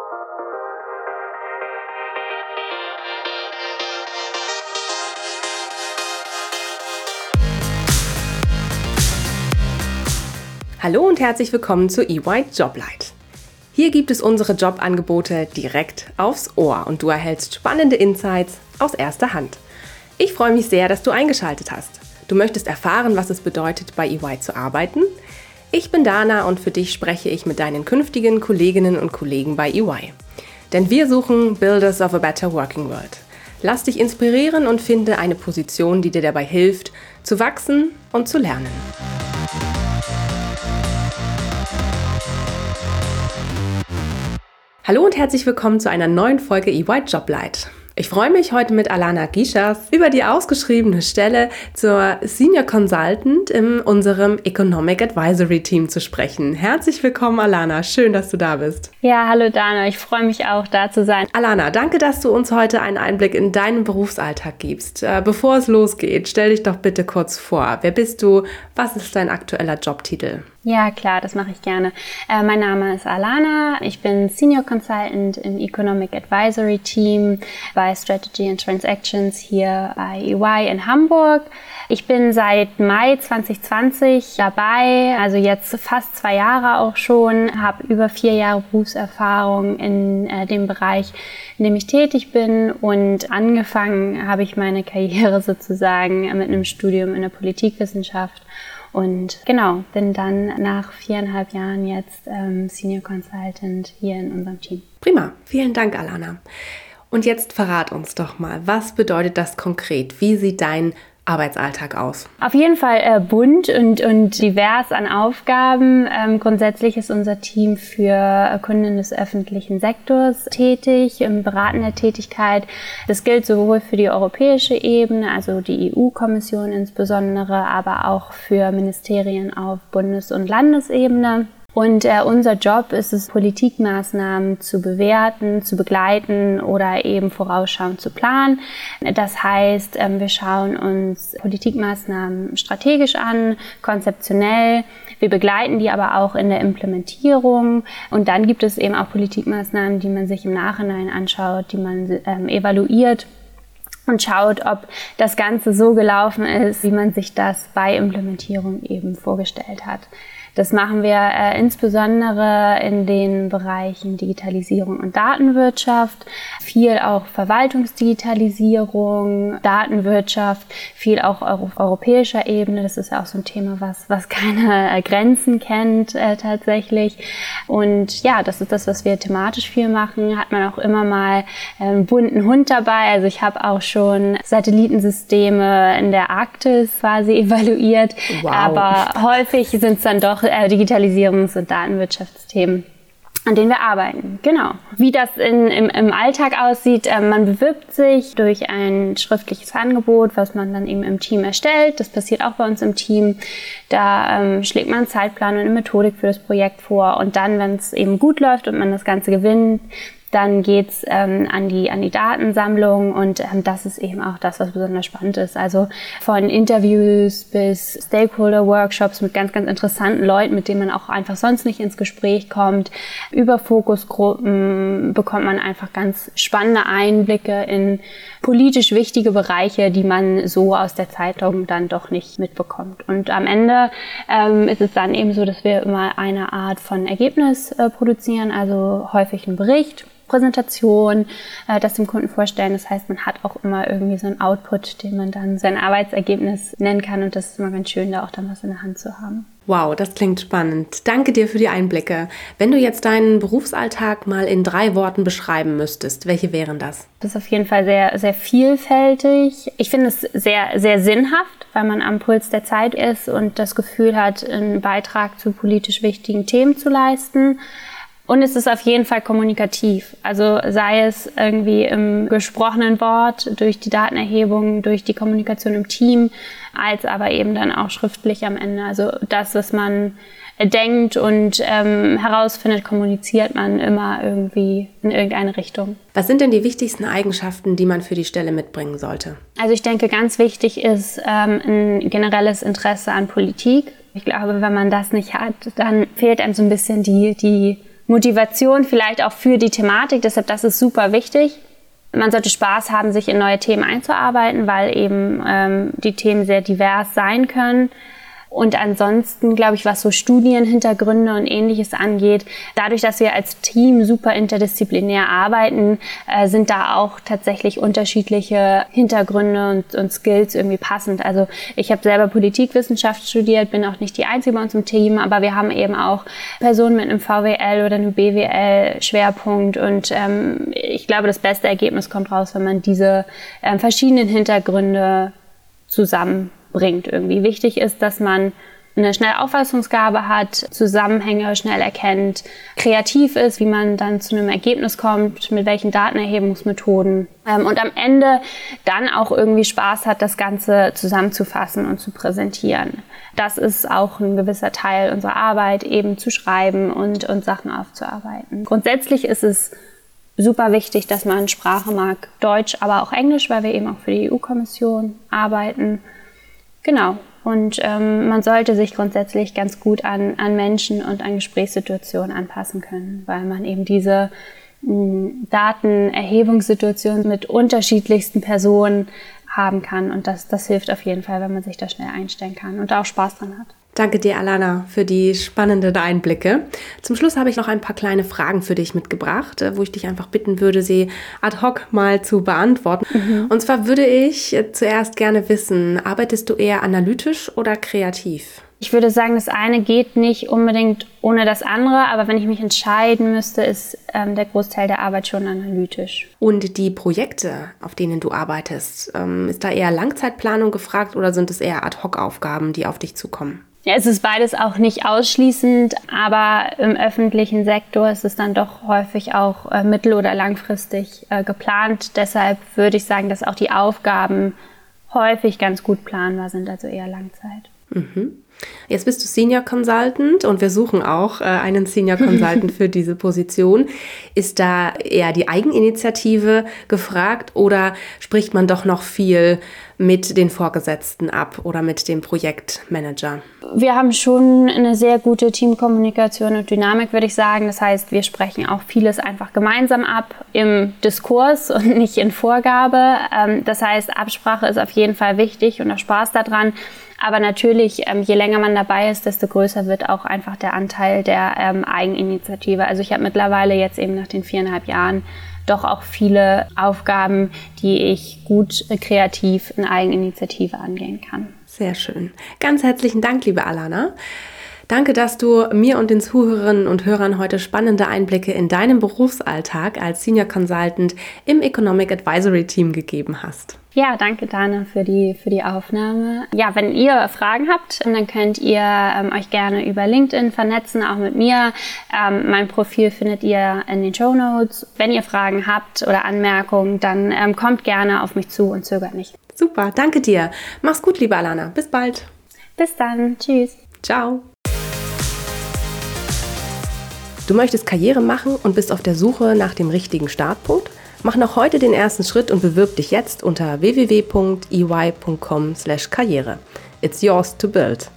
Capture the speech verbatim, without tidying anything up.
Hallo und herzlich willkommen zu E Y Joblight. Hier gibt es unsere Jobangebote direkt aufs Ohr und du erhältst spannende Insights aus erster Hand. Ich freue mich sehr, dass du eingeschaltet hast. Du möchtest erfahren, was es bedeutet, bei E Y zu arbeiten? Ich bin Dana und für dich spreche ich mit deinen künftigen Kolleginnen und Kollegen bei E Y. Denn wir suchen Builders of a Better Working World. Lass dich inspirieren und finde eine Position, die dir dabei hilft, zu wachsen und zu lernen. Hallo und herzlich willkommen zu einer neuen Folge E Y Joblight. Ich freue mich, heute mit Alana Gischas über die ausgeschriebene Stelle zur Senior Consultant in unserem Economic Advisory Team zu sprechen. Herzlich willkommen, Alana. Schön, dass du da bist. Ja, hallo Dana. Ich freue mich auch, da zu sein. Alana, danke, dass du uns heute einen Einblick in deinen Berufsalltag gibst. Bevor es losgeht, stell dich doch bitte kurz vor. Wer bist du? Was ist dein aktueller Jobtitel? Ja, klar, das mache ich gerne. Äh, mein Name ist Alana. Ich bin Senior Consultant im Economic Advisory Team bei Strategy and Transactions hier bei E Y in Hamburg. Ich bin seit Mai zwanzig zwanzig dabei, also jetzt fast zwei Jahre auch schon, habe über vier Jahre Berufserfahrung in äh, dem Bereich, in dem ich tätig bin, und angefangen habe ich meine Karriere sozusagen mit einem Studium in der Politikwissenschaft. Und genau, bin dann nach viereinhalb Jahren jetzt ähm, Senior Consultant hier in unserem Team. Prima, vielen Dank, Alana. Und jetzt verrat uns doch mal, was bedeutet das konkret? Wie sieht dein Arbeitsalltag aus? Auf jeden Fall äh, bunt und, und divers an Aufgaben. Ähm, grundsätzlich ist unser Team für Kunden des öffentlichen Sektors tätig, in beratender Tätigkeit. Das gilt sowohl für die europäische Ebene, also die E U-Kommission insbesondere, aber auch für Ministerien auf Bundes- und Landesebene. Und äh, unser Job ist es, Politikmaßnahmen zu bewerten, zu begleiten oder eben vorausschauend zu planen. Das heißt, ähm, wir schauen uns Politikmaßnahmen strategisch an, konzeptionell. Wir begleiten die aber auch in der Implementierung. Und dann gibt es eben auch Politikmaßnahmen, die man sich im Nachhinein anschaut, die man ähm, evaluiert und schaut, ob das Ganze so gelaufen ist, wie man sich das bei Implementierung eben vorgestellt hat. Das machen wir äh, insbesondere in den Bereichen Digitalisierung und Datenwirtschaft, viel auch Verwaltungsdigitalisierung, Datenwirtschaft, viel auch auf europäischer Ebene. Das ist ja auch so ein Thema, was, was keine äh, Grenzen kennt äh, tatsächlich. Und ja, das ist das, was wir thematisch viel machen. Hat man auch immer mal äh, einen bunten Hund dabei. Also ich habe auch schon Satellitensysteme in der Arktis quasi evaluiert. Wow. Aber häufig sind es dann doch Digitalisierungs- und Datenwirtschaftsthemen, an denen wir arbeiten. Genau. Wie das in, im, im Alltag aussieht, äh, man bewirbt sich durch ein schriftliches Angebot, was man dann eben im Team erstellt. Das passiert auch bei uns im Team. Da ähm, schlägt man einen Zeitplan und eine Methodik für das Projekt vor. Und dann, wenn es eben gut läuft und man das Ganze gewinnt, dann geht's ähm, an die an die Datensammlung, und ähm, das ist eben auch das, was besonders spannend ist. Also von Interviews bis Stakeholder-Workshops mit ganz, ganz interessanten Leuten, mit denen man auch einfach sonst nicht ins Gespräch kommt. Über Fokusgruppen bekommt man einfach ganz spannende Einblicke in politisch wichtige Bereiche, die man so aus der Zeitung dann doch nicht mitbekommt. Und am Ende ähm, ist es dann eben so, dass wir immer eine Art von Ergebnis äh, produzieren, also häufig einen Bericht, Präsentation, äh, das dem Kunden vorstellen. Das heißt, man hat auch immer irgendwie so einen Output, den man dann sein Arbeitsergebnis nennen kann, und das ist immer ganz schön, da auch dann was in der Hand zu haben. Wow, das klingt spannend. Danke dir für die Einblicke. Wenn du jetzt deinen Berufsalltag mal in drei Worten beschreiben müsstest, welche wären das? Das ist auf jeden Fall sehr, sehr vielfältig. Ich finde es sehr, sehr sinnhaft, weil man am Puls der Zeit ist und das Gefühl hat, einen Beitrag zu politisch wichtigen Themen zu leisten. Und es ist auf jeden Fall kommunikativ. Also sei es irgendwie im gesprochenen Wort, durch die Datenerhebung, durch die Kommunikation im Team, als aber eben dann auch schriftlich am Ende. Also das, was man denkt und ähm, herausfindet, kommuniziert man immer irgendwie in irgendeine Richtung. Was sind denn die wichtigsten Eigenschaften, die man für die Stelle mitbringen sollte? Also ich denke, ganz wichtig ist ähm, ein generelles Interesse an Politik. Ich glaube, wenn man das nicht hat, dann fehlt einem so ein bisschen die, die Motivation vielleicht auch für die Thematik. Deshalb, das ist super wichtig. Man sollte Spaß haben, sich in neue Themen einzuarbeiten, weil eben ähm, die Themen sehr divers sein können. Und ansonsten, glaube ich, was so Studienhintergründe und Ähnliches angeht, dadurch, dass wir als Team super interdisziplinär arbeiten, äh, sind da auch tatsächlich unterschiedliche Hintergründe und, und Skills irgendwie passend. Also ich habe selber Politikwissenschaft studiert, bin auch nicht die Einzige bei uns im Team, aber wir haben eben auch Personen mit einem V W L oder einem B W L-Schwerpunkt. Und ähm, ich glaube, das beste Ergebnis kommt raus, wenn man diese äh, verschiedenen Hintergründe zusammen bringt irgendwie. Wichtig ist, dass man eine schnelle Auffassungsgabe hat, Zusammenhänge schnell erkennt, kreativ ist, wie man dann zu einem Ergebnis kommt, mit welchen Datenerhebungsmethoden ähm, und am Ende dann auch irgendwie Spaß hat, das Ganze zusammenzufassen und zu präsentieren. Das ist auch ein gewisser Teil unserer Arbeit, eben zu schreiben und, und Sachen aufzuarbeiten. Grundsätzlich ist es super wichtig, dass man Sprache mag, Deutsch, aber auch Englisch, weil wir eben auch für die E U-Kommission arbeiten. Genau. Und ähm, man sollte sich grundsätzlich ganz gut an, an Menschen und an Gesprächssituationen anpassen können, weil man eben diese mh, Datenerhebungssituationen mit unterschiedlichsten Personen haben kann. Und das, das hilft auf jeden Fall, wenn man sich da schnell einstellen kann und da auch Spaß dran hat. Danke dir, Alana, für die spannenden Einblicke. Zum Schluss habe ich noch ein paar kleine Fragen für dich mitgebracht, wo ich dich einfach bitten würde, sie ad hoc mal zu beantworten. Mhm. Und zwar würde ich zuerst gerne wissen, arbeitest du eher analytisch oder kreativ? Ich würde sagen, das eine geht nicht unbedingt ohne das andere, aber wenn ich mich entscheiden müsste, ist ähm, der Großteil der Arbeit schon analytisch. Und die Projekte, auf denen du arbeitest, ähm, ist da eher Langzeitplanung gefragt oder sind es eher Ad-Hoc-Aufgaben, die auf dich zukommen? Ja, es ist beides auch nicht ausschließend, aber im öffentlichen Sektor ist es dann doch häufig auch äh, mittel- oder langfristig äh, geplant. Deshalb würde ich sagen, dass auch die Aufgaben häufig ganz gut planbar sind, also eher Langzeit. Mhm. Jetzt bist du Senior Consultant und wir suchen auch äh, einen Senior Consultant für diese Position. Ist da eher die Eigeninitiative gefragt oder spricht man doch noch viel mit den Vorgesetzten ab oder mit dem Projektmanager? Wir haben schon eine sehr gute Teamkommunikation und Dynamik, würde ich sagen. Das heißt, wir sprechen auch vieles einfach gemeinsam ab im Diskurs und nicht in Vorgabe. Das heißt, Absprache ist auf jeden Fall wichtig und auch Spaß daran. Aber natürlich, je länger man dabei ist, desto größer wird auch einfach der Anteil der ähm, Eigeninitiative. Also ich habe mittlerweile jetzt eben nach den viereinhalb Jahren doch auch viele Aufgaben, die ich gut äh, kreativ in Eigeninitiative angehen kann. Sehr schön. Ganz herzlichen Dank, liebe Alana. Danke, dass du mir und den Zuhörerinnen und Hörern heute spannende Einblicke in deinen Berufsalltag als Senior Consultant im Economic Advisory Team gegeben hast. Ja, danke Dana für die, für die Aufnahme. Ja, wenn ihr Fragen habt, dann könnt ihr ähm, euch gerne über LinkedIn vernetzen, auch mit mir. Ähm, mein Profil findet ihr in den Shownotes. Wenn ihr Fragen habt oder Anmerkungen, dann ähm, kommt gerne auf mich zu und zögert nicht. Super, danke dir. Mach's gut, liebe Alana. Bis bald. Bis dann. Tschüss. Ciao. Du möchtest Karriere machen und bist auf der Suche nach dem richtigen Startpunkt? Mach noch heute den ersten Schritt und bewirb dich jetzt unter w w w punkt e y punkt com slash karriere. It's yours to build.